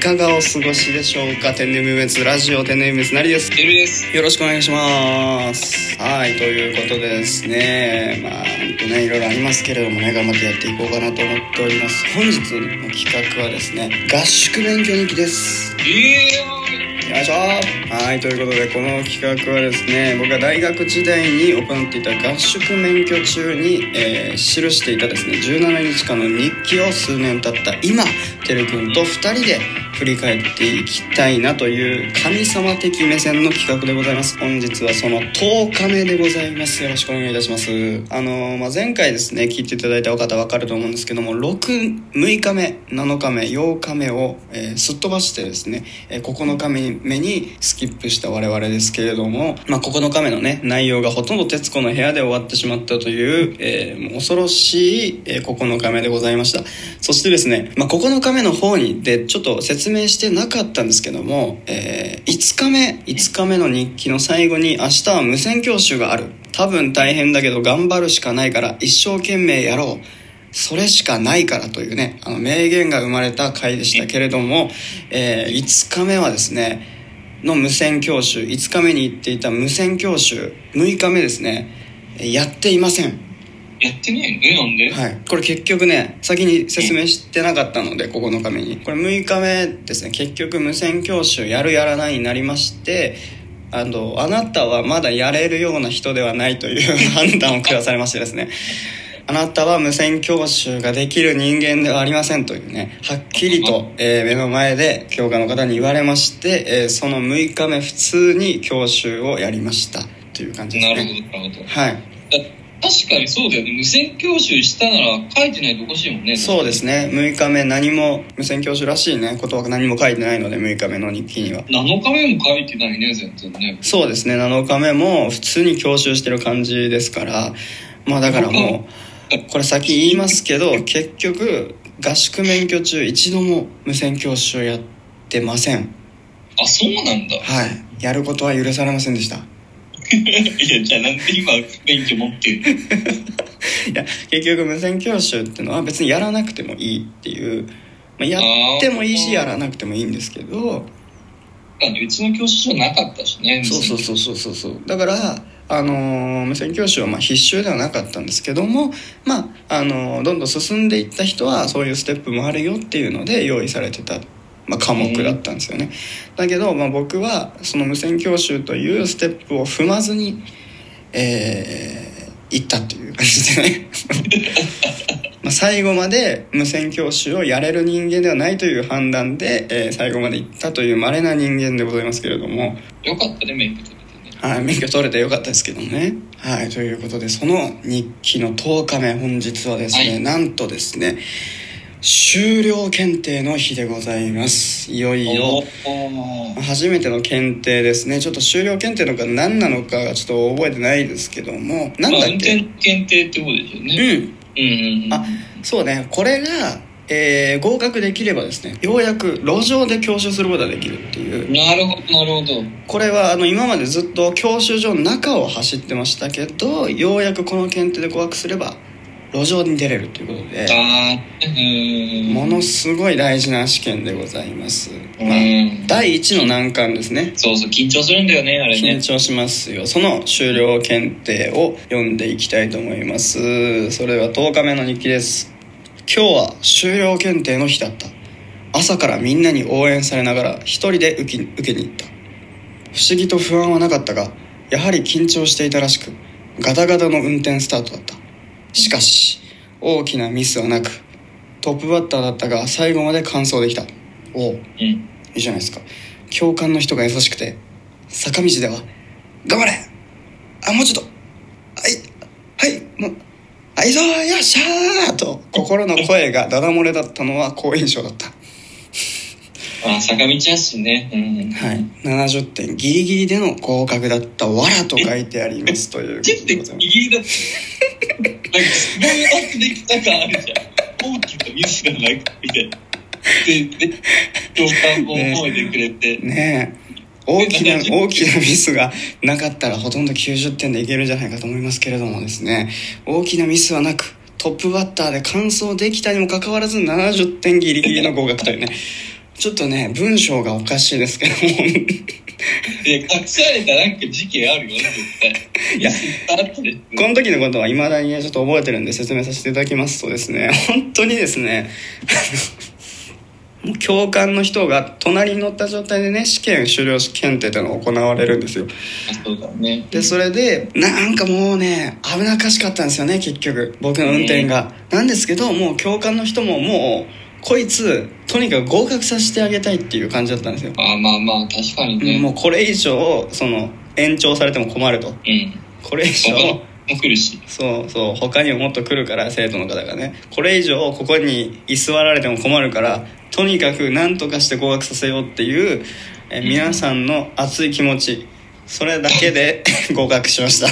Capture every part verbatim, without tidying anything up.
かがお過ごしでしょうか。天然無滅ラジオ天然無滅なりです。 てるです。 よろしくお願いします。はい、ということでですね、まあ本当ねいろいろありますけれどもね、頑張ってやっていこうかなと思っております。本日の企画はですね、合宿勉強日記です。 えーよいしょ。はい、ということでこの企画はですね、僕が大学時代に行っていた合宿免許中に、えー、記していたですねじゅうななにちかんの日記を数年経った今、てるくんとふたりで振り返っていきたいなという神様的目線の企画でございます。本日はそのとおかめでございます。よろしくお願いいたします。あのーまあ、前回ですね聞いていただいた方分かると思うんですけども、ろく、むいかめ、なのかめ、ようかめを、えー、すっ飛ばしてですね、えー、ここのかめにスキップした我々ですけれども、まあ、ここのかめのね内容がほとんど徹子の部屋で終わってしまったという、えー、もう恐ろしい、えー、ここのかめでございました。そしてですね、まあ、ここのかめの方にでちょっと説明してなかったんですけども、えー、いつかめいつかめの日記の最後に、明日は無線教習がある、多分大変だけど頑張るしかないから一生懸命やろう、それしかないからというね、あの名言が生まれた回でしたけれども、えー、いつかめはですねの無線教習、いつかめに行っていた無線教習、むいかめですね、やっていません。 やってないの？え、なんで？ はい、これ結局ね先に説明してなかったので、ここのかめにこれむいかめですね、結局無線教習やるやらないになりまして、あのあなたはまだやれるような人ではないという判断を下されましてですねあなたは無線教習ができる人間ではありませんというね、はっきりと、えー、目の前で教官の方に言われまして、えー、そのむいかめ普通に教習をやりましたという感じですね。 なるほどなるほど。 はい、 確かにそうだよね。無線教習したなら書いてないとおかしいもんね。 そうですね、むいかめ何も無線教習らしいねことは何も書いてないので、むいかめの日記にはなのかめも書いてないね、全然ね。 そうですね、なのかめも普通に教習してる感じですから、まあだからもうこれ先言いますけど、結局合宿免許中一度も無線教習やってません。 あ、そうなんだ。 はい、やることは許されませんでしたいや、じゃあなんで今免許持ってるいや結局無線教習ってのは別にやらなくてもいいっていう、まあ、やってもいいしやらなくてもいいんですけど、 うちの教習所なかったしね。 そうそうそうそうそうそう、だからあのー、無線教習はまあ必修ではなかったんですけども、まああのー、どんどん進んでいった人はそういうステップもあるよっていうので用意されてた、まあ、科目だったんですよね。だけど、まあ、僕はその無線教習というステップを踏まずに、えー、行ったという感じでねまあ最後まで無線教習をやれる人間ではないという判断で、えー、最後まで行ったという稀な人間でございますけれども、 よかったね、免許取れてね。 はい、免許取れてよかったですけどね。はい、ということでその日記のとおかめ、本日はですね、はい、なんとですね修了検定の日でございます。いよいよ初めての検定ですね。ちょっと修了検定のか何なのかちょっと覚えてないですけども、なんだっけ、まあ、運転検定ってことですよね。うん、うんうんうん、 あ、そうね、これが、えー、合格できればですね、ようやく路上で教習することができるっていう。 なるほどなるほど。これはあの今までずっと教習所の中を走ってましたけど、ようやくこの検定で合格すれば路上に出れるということで、 あー、 ものすごい大事な試験でございます。まあ、だいいちの難関ですね。 そうそう、緊張するんだよね、あれね。 緊張しますよ。その修了検定を読んでいきたいと思います。それはとおかめの日記です。今日は修了検定の日だった。朝からみんなに応援されながら一人で受け、受けに行った。不思議と不安はなかったが、やはり緊張していたらしく、ガタガタの運転スタートだった。しかし大きなミスはなく、トップバッターだったが最後まで完走できた。おう、うん、いいじゃないですか。教官の人が優しくて、坂道では頑張れ、あ、もうちょっと、はいはいもうはいぞー、よっしゃーと心の声がダダ漏れだったのは好印象だったあ、坂道やしね、うん、 はい、ななじゅってんギリギリでの合格だった。わらと書いてありますということでございます。 ギリギリだったなんかすごい圧できた感あるじゃん。大きなミスがなくてでで教官も覚えてくれて ね, ね大きな大きなミスがなかったらほとんどきゅうじゅってんでいけるんじゃないかと思いますけれどもですね、大きなミスはなくトップバッターで完走できたにもかかわらずななじゅってんギリギリの合格というねちょっとね文章がおかしいですけどもで隠されたなんか事件あるよね絶対。 いやあったね。 この時のことは未だにちょっと覚えてるんで説明させていただきますとですね、本当にですねもう教官の人が隣に乗った状態でね試験終了試験っていうのが行われるんですよ。 あ、そうだね。 でそれでなんかもうね危なっかしかったんですよね結局僕の運転が、ね、なんですけどもう教官の人ももうこいつとにかく合格させてあげたいっていう感じだったんですよ。 あ、まあまあ確かにね。 もうこれ以上その延長されても困ると、うん、これ以上も来るし、 そうそう他にももっと来るから生徒の方がねこれ以上ここに居座られても困るからとにかく何とかして合格させようっていうえ皆さんの熱い気持ちそれだけで合格しました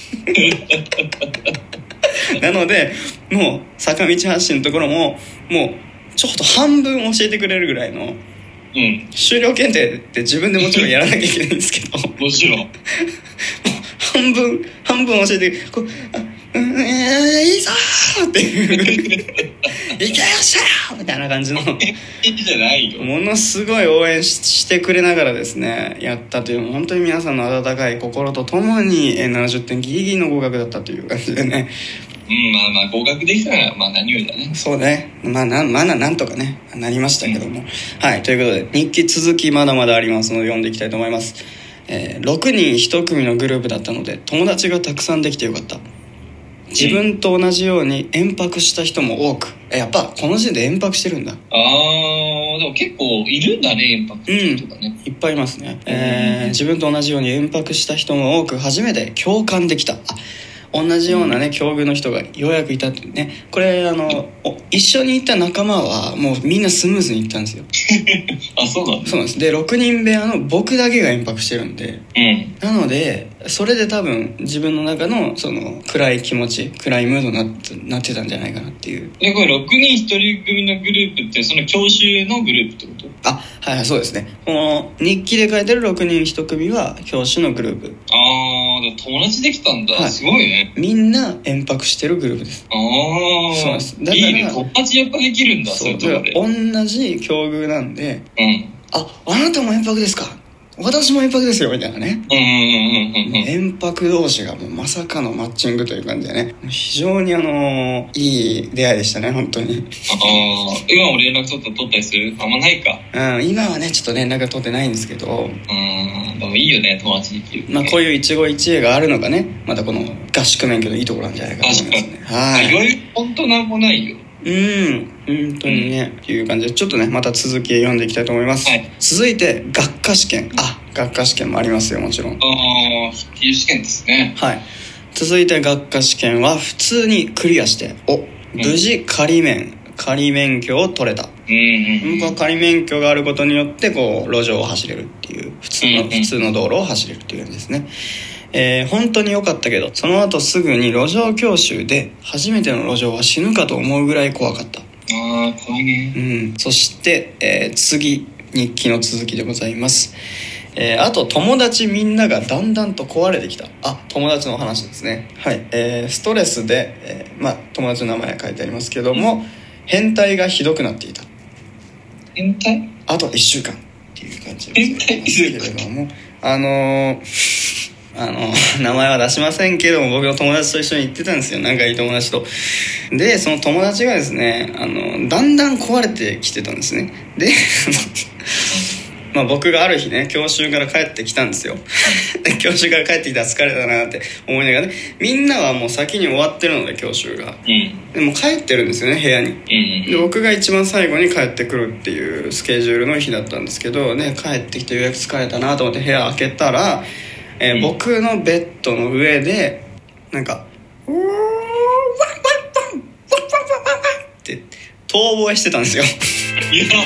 なのでもう坂道発進のところももうちょっと半分教えてくれるぐらいの、うん、修了検定って自分でもちろんやらなきゃいけないんですけどもちろん半分半分教えてこうあうんえー、いいぞーっていういけよっしゃーみたいな感じのいいじゃないよものすごい応援 し, してくれながらですねやったという本当に皆さんの温かい心とともにななじゅってんギリギリの合格だったという感じでね、 うん、まあまあ合格できたらまあ何よりだね。 そうね、まあなまあなんとかねなりましたけども、うん、はいということで日記続きまだまだありますので読んでいきたいと思います。えー、ろくにんひと組のグループだったので友達がたくさんできてよかった。自分と同じように延泊した人も多く、えやっぱこの時点で延泊してるんだ。 あーでも結構いるんだね延泊してる人がね、 うん、いっぱいいますね、えー、自分と同じように延泊した人も多く初めて共感できた。あ同じようなね境遇の人がようやくいたってね。これあの一緒に行った仲間はもうみんなスムーズに行ったんですよあそうなんだ。 そうなんです。でろくにん部屋の僕だけが延泊してるんで、うん、なのでそれで多分自分の中のその暗い気持ち暗いムードになって、なってたんじゃないかなっていう。 でこれろくにんひとり組のグループってその教習のグループってこと？ あはいはいそうですね。この日記で書いてるろくにんいち組は教師のグループ。 ああ友達できたんだ、はい、すごいね。 みんな延泊してるグループです。 ああそうです。だからいいね友達やっぱできるんだ。 そうそう同じ境遇なんで、うん、ああなたも延泊ですか私も延泊ですよみたいなね、うんうんうんうん、延泊同士がもうまさかのマッチングという感じでね非常にあのー、いい出会いでしたね本当に。 ああ今も連絡取った取ったりする？あんまないか。 うん今はねちょっと連絡取ってないんですけど、 うんでもいいよね友達できる、ね、 まあこういう一期一会があるのがねまたこの合宿免許のいいところなんじゃないかと思いますね。 はいいろいろ本当なんもないよ。 うん本当にね、うん、っていう感じでちょっとねまた続き読んでいきたいと思います、はい、続いて学科試験。あ学科試験もありますよもちろん。 ああ筆記試験ですね。 はい続いて学科試験は普通にクリアしてお無事仮免、うん、仮免許を取れた。うんうん、仮免許があることによってこう路上を走れるっていう普通の、うんうん、普通の道路を走れるっていう感じですね。えー、本当に良かったけどその後すぐに路上教習で初めての路上は死ぬかと思うぐらい怖かった。 あー怖いね、 うん、そして、えー、次日記の続きでございます、えー、あと友達みんながだんだんと壊れてきた。あ友達の話ですね。はい、えー、ストレスで、えーまあ、友達の名前が書いてありますけども、うん、変態がひどくなっていた。 変態あといっしゅうかんっていう感じでございますけれどもあのーあの名前は出しませんけども僕の友達と一緒に行ってたんですよ仲いい友達と。でその友達がですねあのだんだん壊れてきてたんですね。でまあ僕がある日ね教習から帰ってきたんですよで教習から帰ってきたら疲れたなって思いながらねみんなはもう先に終わってるので教習が、うん、でも帰ってるんですよね部屋に、うん、で僕が一番最後に帰ってくるっていうスケジュールの日だったんですけどね帰ってきてようやく疲れたなと思って部屋開けたらえーうん、僕のベッドの上でなんかうーワンワンワンワンワンワンって遠吠えしてたんですよ。いや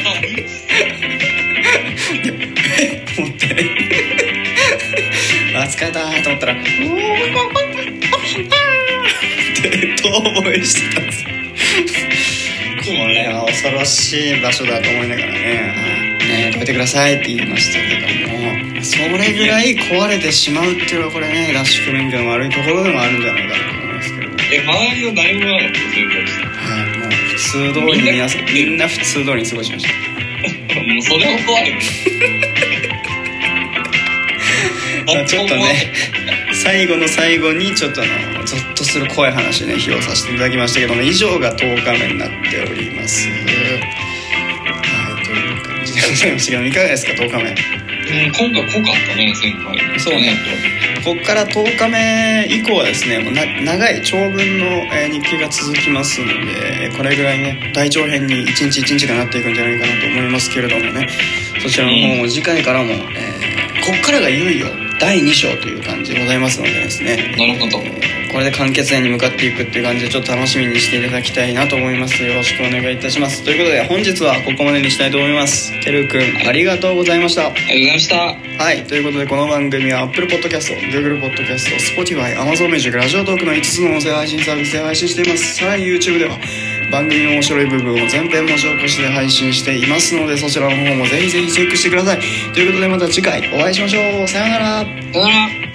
えっ思ってあ疲れたと思ったらうーワンワンワンワンワンって遠吠えしてたんですよ。これは恐ろしい場所だと思いながらねねどいてくださいって言いましたけどもそれぐらい壊れてしまうっていうのはこれね合宿免許の悪いところでもあるんじゃないかなと思いますけど。 え周りの誰もなかったですか？ はいもう普通通りに皆さんみんな普通通りに過ごしました。 もうそれも怖いまあちょっとね最後の最後にちょっとあのゾッとする怖い話ね披露させていただきましたけども、以上がとおかめになっております。はい、という感じでございましたけどいかがですかとおかめ。 うん、今回濃かったね前回。 そうね、こっからとおかめ以降はですねもうな長い長文の、えー、日記が続きますので、これぐらいね大長編に一日一日がなっていくんじゃないかなと思いますけれどもね、そちらの方も次回からも、えー、こっからがいよいよだいに章という感じでございますのでですね、 なるほど、 えー、これで完結編に向かっていくっていう感じでちょっと楽しみにしていただきたいなと思います。よろしくお願いいたします。ということで本日はここまでにしたいと思います。てるくんありがとうございました。 ありがとうございました。 はい、ということでこの番組は Apple Podcast、Google Podcast、Spotify、Amazon Music、ラジオトークのいつつの音声配信サービスで配信しています。さらに YouTube では番組の面白い部分を全編文字起こしで配信していますので、そちらの方もぜひぜひチェックしてください。ということでまた次回お会いしましょう。さようなら。 さよなら。